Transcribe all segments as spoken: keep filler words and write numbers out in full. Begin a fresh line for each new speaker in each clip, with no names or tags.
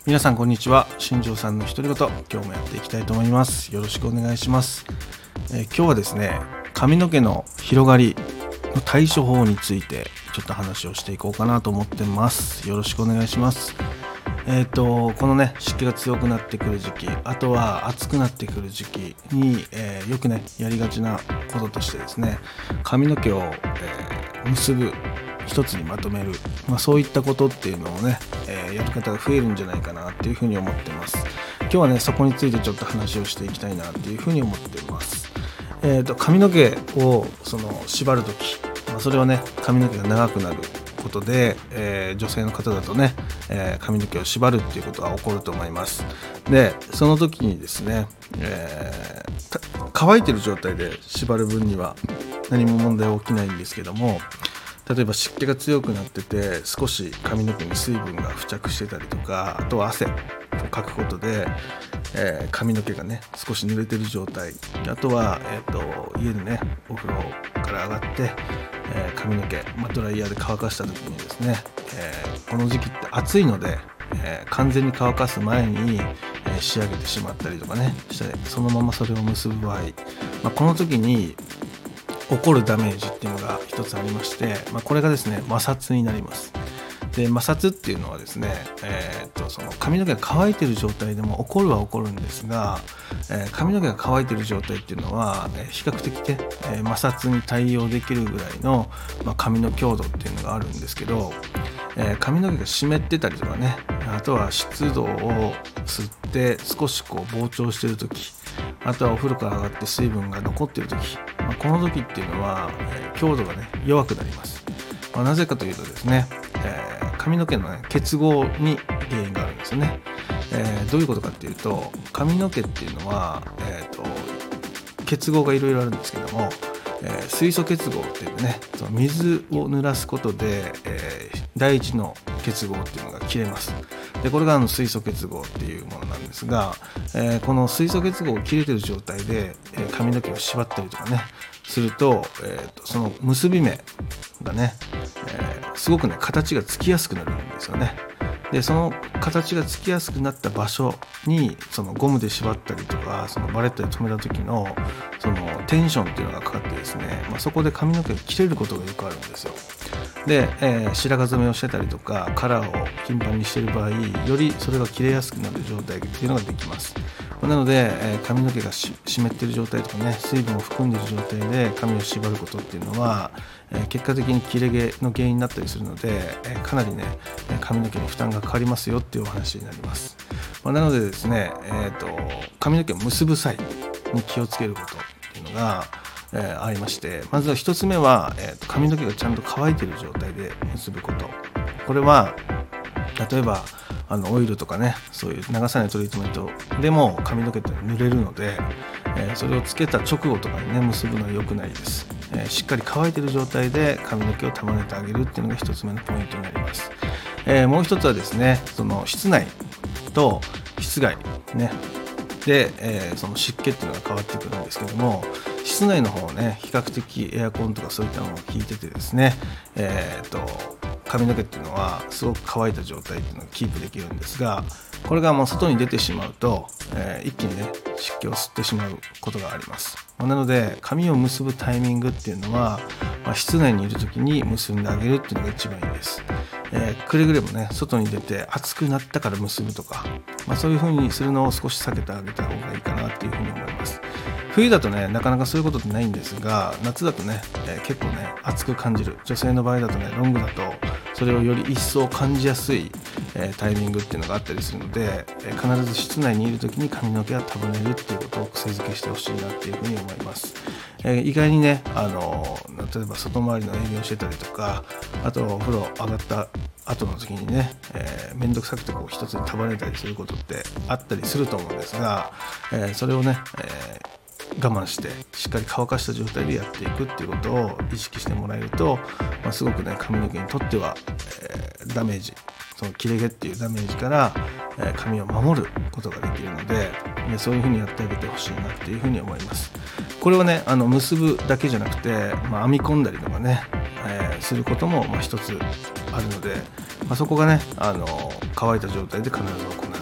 皆さんこんにちは。新庄さんの独り言、今日もやっていきたいと思います。よろしくお願いします。えー、今日はですね、髪の毛の広がりの対処法についてちょっと話をしていこうかなと思ってます。よろしくお願いします。えーとこのね、湿気が強くなってくる時期、あとは暑くなってくる時期に、えー、よくねやりがちなこととしてですね、髪の毛を、えー、結ぶ、一つにまとめる、まあ、そういったことっていうのをね、えー、やる方が増えるんじゃないかなっていうふうに思ってます。今日はねそこについてちょっと話をしていきたいなっていうふうに思っています。えーと髪の毛をその縛るとき、まあ、それはね髪の毛が長くなることで、えー、女性の方だとね、えー、髪の毛を縛るっていうことが起こると思います。でその時にですね、えー、乾いてる状態で縛る分には何も問題は起きないんですけども、例えば湿気が強くなってて少し髪の毛に水分が付着してたりとか、あとは汗をかくことで、えー、髪の毛がね少し濡れてる状態、あとは、えー、と家でねお風呂から上がって、えー、髪の毛、まあ、ドライヤーで乾かした時にですね、えー、この時期って暑いので、えー、完全に乾かす前に、えー、仕上げてしまったりとかねしてそのままそれを結ぶ場合、まあ、この時に起こるダメージっていうのが一つありまして、まあ、これがですね摩擦になります。で摩擦っていうのはですね、えー、っとその髪の毛が乾いている状態でも起こるは起こるんですが、えー、髪の毛が乾いている状態っていうのは、えー、比較的ね、えー、摩擦に対応できるぐらいの、まあ、髪の強度っていうのがあるんですけど、えー、髪の毛が湿ってたりとかね、あとは湿度を吸って少しこう膨張している時、あとはお風呂から上がって水分が残っている時、まあ、この時っていうのは、えー、強度がね弱くなります。まあ、なぜかというとですね、えー、髪の毛の、ね、結合に原因があるんですよね。えー、どういうことかっていうと、髪の毛っていうのは、えー、と結合がいろいろあるんですけども、えー、水素結合っていうね、その水を濡らすことで、えー、第一の結合っていうのが切れます。でこれがあの水素結合っていうものなんですが、えー、この水素結合が切れてる状態で、えー、髪の毛を縛ったりとかねすると、えー、とその結び目がね、えー、すごくね形がつきやすくなるんですよね。でその形がつきやすくなった場所にそのゴムで縛ったりとか、そのバレットで留めた時のそのテンションっていうのがかかってですね、まあ、そこで髪の毛が切れることがよくあるんですよ。で、えー、白髪染めをしてたりとかカラーを頻繁にしている場合、よりそれが切れやすくなる状態っていうのができます。なので、えー、髪の毛が湿っている状態とかね、水分を含んでいる状態で髪を縛ることっていうのは、えー、結果的に切れ毛の原因になったりするので、えー、かなりね髪の毛に負担がかかりますよっていうお話になります。まあ、なのでですね、えーと、髪の毛を結ぶ際に気をつけることっていうのが、えー、ありまして、まずは一つ目は、えーと、髪の毛がちゃんと乾いている状態で結ぶこと。これは例えばあのオイルとかね、そういう流さないトリートメントでも髪の毛って濡れるので、えー、それをつけた直後とかにね結ぶのは良くないです。えー、しっかり乾いている状態で髪の毛を束ねてあげるっていうのが一つ目のポイントになります。えー、もう一つはですね、その室内と室外ねで、えー、その湿気っていうのが変わってくるんですけども、室内の方ね比較的エアコンとかそういったのが効いててですね、えー、と髪の毛っていうのはすごく乾いた状態っていうのをキープできるんですが、これがもう外に出てしまうと、えー、一気にね湿気を吸ってしまうことがあります。なので髪を結ぶタイミングっていうのは、まあ、室内にいる時に結んであげるっていうのが一番いいです。えー、くれぐれもね外に出て暑くなったから結ぶとか、まあ、そういう風にするのを少し避けてあげた方がいいかなっていう風に思います。冬だとねなかなかそういうことってないんですが、夏だとね、えー、結構ね暑く感じる、女性の場合だとねロングだとそれをより一層感じやすい、えー、タイミングっていうのがあったりするので、えー、必ず室内にいる時に髪の毛は束ねるっていうことを癖づけしてほしいなっていうふうに思います。えー、意外にね、あのー、例えば外回りの営業してたりとか、あとお風呂上がった後の時にね、えー、めんどくさくてこう一つに束ねたりすることってあったりすると思うんですが、えー、それをね、えー我慢してしっかり乾かした状態でやっていくっていうことを意識してもらえると、まあ、すごくね髪の毛にとっては、えー、ダメージ、その切れ毛っていうダメージから、えー、髪を守ることができるので、ね、そういうふうにやってあげてほしいなっていうふうに思います。これはねあの結ぶだけじゃなくて、まあ、編み込んだりとかね、えー、することもまあ一つあるので、まあ、そこがねあの乾いた状態で必ず行う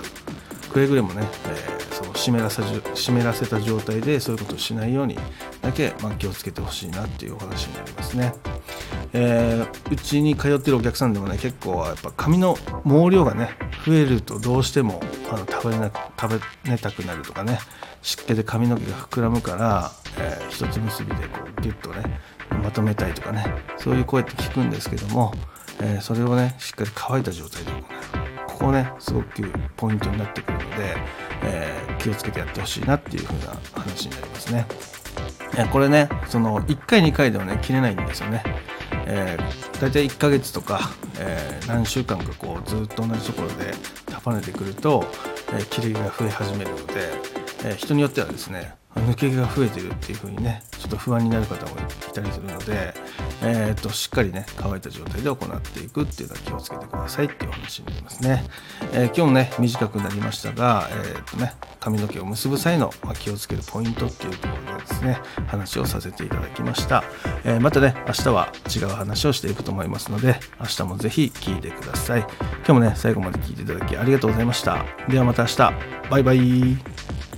くれぐれもね、えー、その湿らせ湿らせた状態でそういうことをしないようにだけ、まあ、気をつけてほしいなっていうお話になりますね。えー、うちに通ってるお客さんでもね、結構やっぱ髪の毛量がね増えるとどうしてもあの食べれな食べ寝たくなるとかね、湿気で髪の毛が膨らむから、えー、一つ結びでこうギュッとねまとめたいとかね、そういう声って聞くんですけども、えー、それをねしっかり乾いた状態で行う、ここねすごくポイントになってくるので、えー、気をつけてやってほしいなっていう風な話になりますね。いやこれねそのいっかいにかいではね切れないんですよね。えー、だいたいいっかげつとか、えー、何週間かこうずっと同じところで束ねてくると、えー、切れ毛が増え始めるので、えー、人によってはですね抜け毛が増えてるっていう風にねちょっと不安になる方もいたりするので、えー、としっかりね乾いた状態で行っていくっていうのは気をつけてくださいっていうお話になりますね。えー、今日もね短くなりましたが、えーとね、髪の毛を結ぶ際の気をつけるポイントっていうところでですね話をさせていただきました。えー、またね明日は違う話をしていくと思いますので、明日もぜひ聞いてください。今日もね最後まで聞いていただきありがとうございました。ではまた明日、バイバイ。